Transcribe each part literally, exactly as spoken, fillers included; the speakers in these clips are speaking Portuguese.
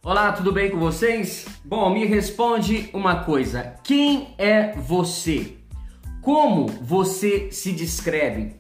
Olá, tudo bem com vocês? Bom, me responde uma coisa. Quem é você? Como você se descreve?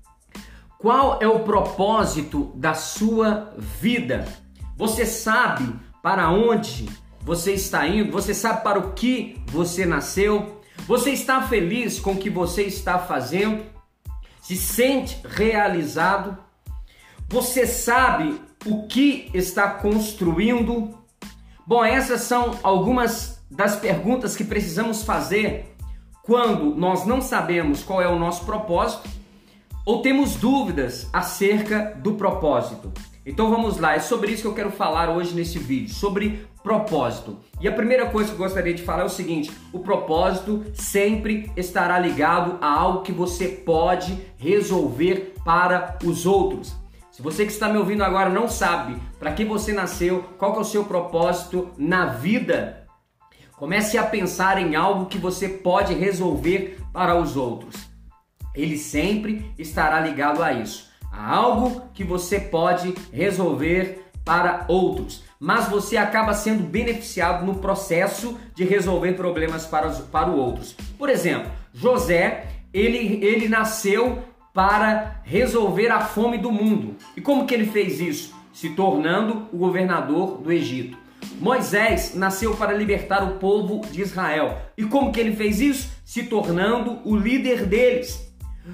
Qual é o propósito da sua vida? Você sabe para onde você está indo? Você sabe para o que você nasceu? Você está feliz com o que você está fazendo? Se sente realizado? Você sabe o que está construindo? Bom, essas são algumas das perguntas que precisamos fazer quando nós não sabemos qual é o nosso propósito ou temos dúvidas acerca do propósito. Então vamos lá, é sobre isso que eu quero falar hoje nesse vídeo, sobre propósito. E a primeira coisa que eu gostaria de falar é o seguinte: o propósito sempre estará ligado a algo que você pode resolver para os outros. Se você que está me ouvindo agora não sabe para que você nasceu, qual que é o seu propósito na vida, comece a pensar em algo que você pode resolver para os outros. Ele sempre estará ligado a isso, a algo que você pode resolver para outros. Mas você acaba sendo beneficiado no processo de resolver problemas para os para os outros. Por exemplo, José, ele, ele nasceu para resolver a fome do mundo. E como que ele fez isso? Se tornando o governador do Egito. Moisés nasceu para libertar o povo de Israel. E como que ele fez isso? Se tornando o líder deles.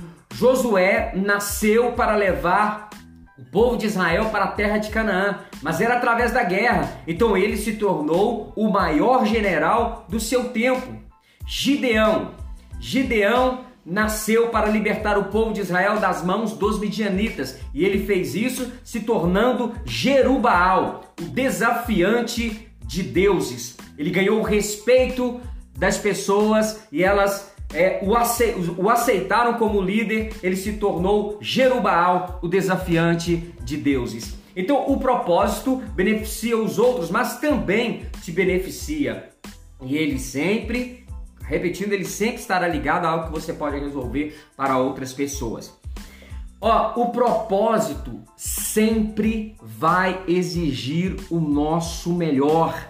Josué nasceu para levar o povo de Israel para a terra de Canaã, mas era através da guerra. Então ele se tornou o maior general do seu tempo. Gideão. Gideão nasceu para libertar o povo de Israel das mãos dos midianitas, e ele fez isso se tornando Jerubaal, o desafiante de deuses. Ele ganhou o respeito das pessoas e elas é, o, ace, o aceitaram como líder. Ele se tornou Jerubaal, o desafiante de deuses. Então o propósito beneficia os outros, mas também te beneficia, e ele sempre... Repetindo, ele sempre estará ligado a algo que você pode resolver para outras pessoas. Ó, o propósito sempre vai exigir o nosso melhor.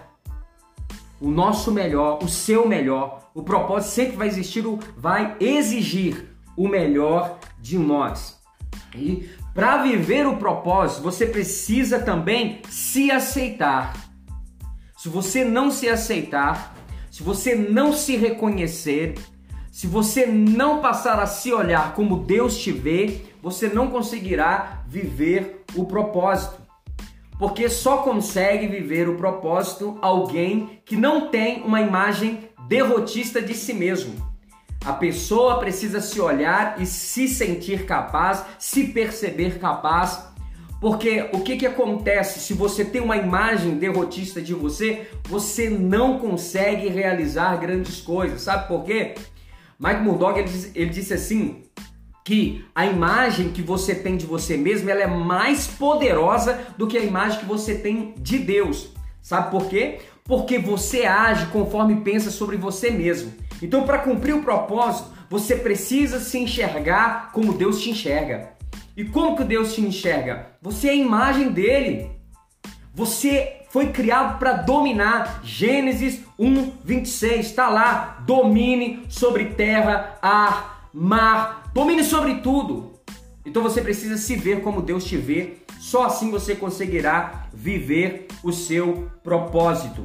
O nosso melhor, o seu melhor. O propósito sempre vai existir, vai exigir o melhor de nós. E para viver o propósito, você precisa também se aceitar. Se você não se aceitar, se você não se reconhecer, se você não passar a se olhar como Deus te vê, você não conseguirá viver o propósito. Porque só consegue viver o propósito alguém que não tem uma imagem derrotista de si mesmo. A pessoa precisa se olhar e se sentir capaz, se perceber capaz. Porque o que, que acontece se você tem uma imagem derrotista de você? Você não consegue realizar grandes coisas. Sabe por quê? Mike Murdock ele, ele disse assim, que a imagem que você tem de você mesmo, ela é mais poderosa do que a imagem que você tem de Deus. Sabe por quê? Porque você age conforme pensa sobre você mesmo. Então, para cumprir o propósito, você precisa se enxergar como Deus te enxerga. E como que Deus te enxerga? Você é a imagem dele. Você foi criado para dominar. Gênesis um, vinte e seis, está lá. Domine sobre terra, ar, mar. Domine sobre tudo. Então você precisa se ver como Deus te vê. Só assim você conseguirá viver o seu propósito.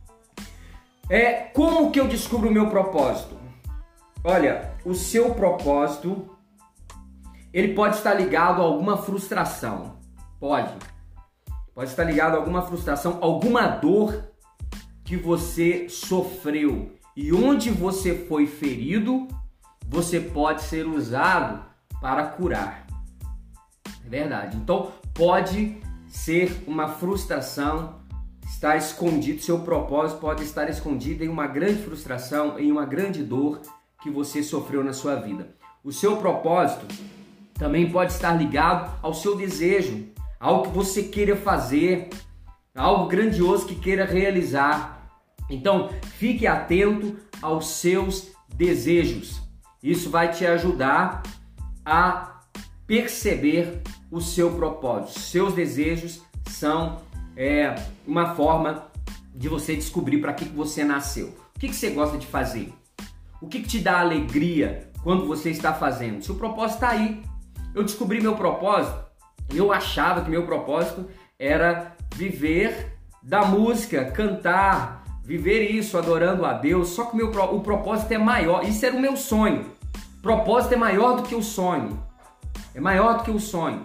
É, como que eu descubro o meu propósito? Olha, o seu propósito... ele pode estar ligado a alguma frustração. Pode. Pode estar ligado a alguma frustração, alguma dor que você sofreu. E onde você foi ferido, você pode ser usado para curar. É verdade. Então, pode ser uma frustração, estar escondido, seu propósito pode estar escondido em uma grande frustração, em uma grande dor que você sofreu na sua vida. O seu propósito também pode estar ligado ao seu desejo, algo que você queira fazer, algo grandioso que queira realizar. Então, fique atento aos seus desejos. Isso vai te ajudar a perceber o seu propósito. Seus desejos são é uma forma de você descobrir para que que você nasceu. O que que você gosta de fazer? O que que te dá alegria quando você está fazendo? Seu propósito está aí. Eu descobri meu propósito, eu achava que meu propósito era viver da música, cantar, viver isso adorando a Deus, só que o, meu, o propósito é maior, isso era o meu sonho. O propósito é maior do que o sonho, é maior do que o sonho.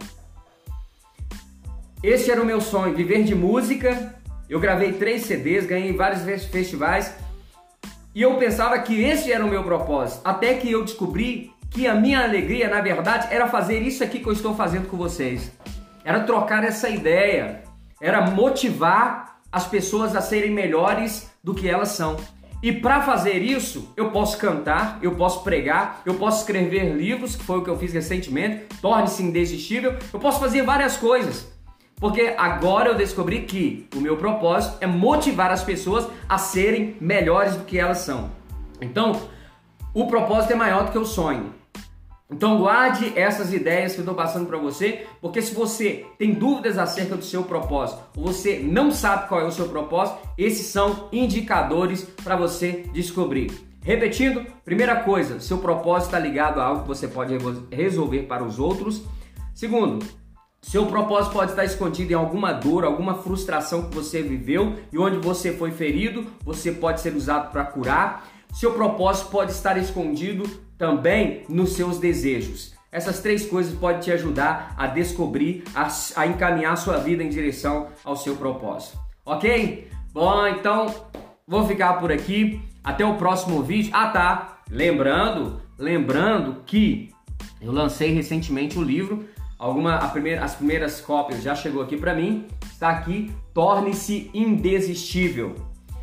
Esse era o meu sonho, viver de música. Eu gravei três C Ds, ganhei vários festivais e eu pensava que esse era o meu propósito, até que eu descobri que a minha alegria, na verdade, era fazer isso aqui que eu estou fazendo com vocês. Era trocar essa ideia, era motivar as pessoas a serem melhores do que elas são. E para fazer isso, eu posso cantar, eu posso pregar, eu posso escrever livros, que foi o que eu fiz recentemente, Torne-se Indesistível, eu posso fazer várias coisas. Porque agora eu descobri que o meu propósito é motivar as pessoas a serem melhores do que elas são. Então, o propósito é maior do que o sonho. Então guarde essas ideias que eu estou passando para você, porque se você tem dúvidas acerca do seu propósito, ou você não sabe qual é o seu propósito, esses são indicadores para você descobrir. Repetindo, primeira coisa, seu propósito está ligado a algo que você pode resolver para os outros. Segundo, seu propósito pode estar escondido em alguma dor, alguma frustração que você viveu e onde você foi ferido, você pode ser usado para curar. Seu propósito pode estar escondido também nos seus desejos. Essas três coisas podem te ajudar a descobrir, a, a encaminhar a sua vida em direção ao seu propósito. Ok? Bom, então vou ficar por aqui. Até o próximo vídeo. Ah, tá. Lembrando, lembrando que eu lancei recentemente um livro. Alguma, a primeira, as primeiras cópias já chegou aqui para mim. Está aqui, Torne-se Indesistível.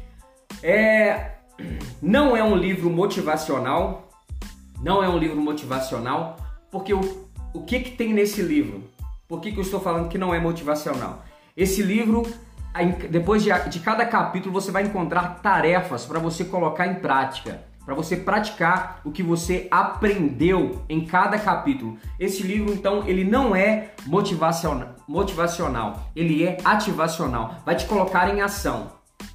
É, não é um livro motivacional. Não é um livro motivacional, porque o, o que que tem nesse livro? Por que que eu estou falando que não é motivacional? Esse livro, depois de, de cada capítulo, você vai encontrar tarefas para você colocar em prática, para você praticar o que você aprendeu em cada capítulo. Esse livro, então, ele não é motivacional, motivacional, ele é ativacional, vai te colocar em ação.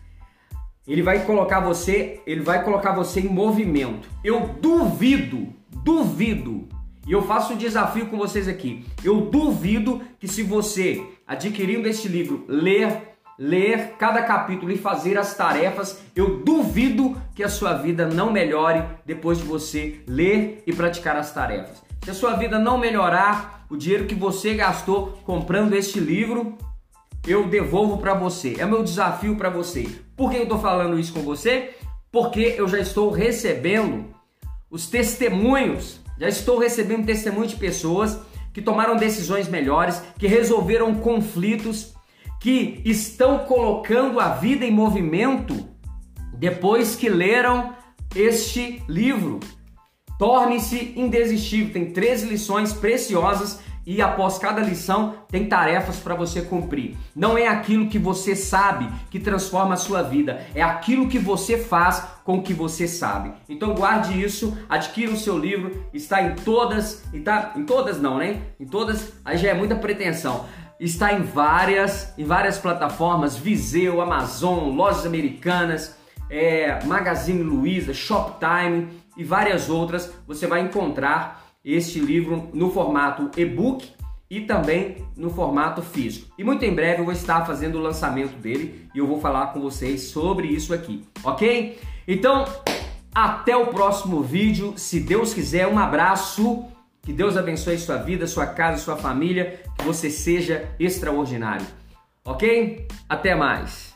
Ele vai colocar você, ele vai colocar você em movimento. Eu duvido, duvido, e eu faço um desafio com vocês aqui. Eu duvido que se você, adquirindo este livro, ler, ler cada capítulo e fazer as tarefas, eu duvido que a sua vida não melhore depois de você ler e praticar as tarefas. Se a sua vida não melhorar, o dinheiro que você gastou comprando este livro, eu devolvo para você. É meu desafio para você. Por que eu estou falando isso com você? Porque eu já estou recebendo os testemunhos, já estou recebendo testemunhos de pessoas que tomaram decisões melhores, que resolveram conflitos, que estão colocando a vida em movimento depois que leram este livro. Torne-se Indesistível. Tem treze lições preciosas e após cada lição tem tarefas para você cumprir. Não é aquilo que você sabe que transforma a sua vida, é aquilo que você faz com o que você sabe. Então guarde isso, adquira o seu livro, está em todas, está em todas não, né? Em todas, aí já é muita pretensão. Está em várias, em várias plataformas, Viseu, Amazon, Lojas Americanas, é, Magazine Luiza, Shoptime e várias outras. Você vai encontrar este livro no formato e-book e também no formato físico. E muito em breve eu vou estar fazendo o lançamento dele e eu vou falar com vocês sobre isso aqui, ok? Então, até o próximo vídeo, se Deus quiser. Um abraço, que Deus abençoe sua vida, sua casa, sua família, que você seja extraordinário, ok? Até mais!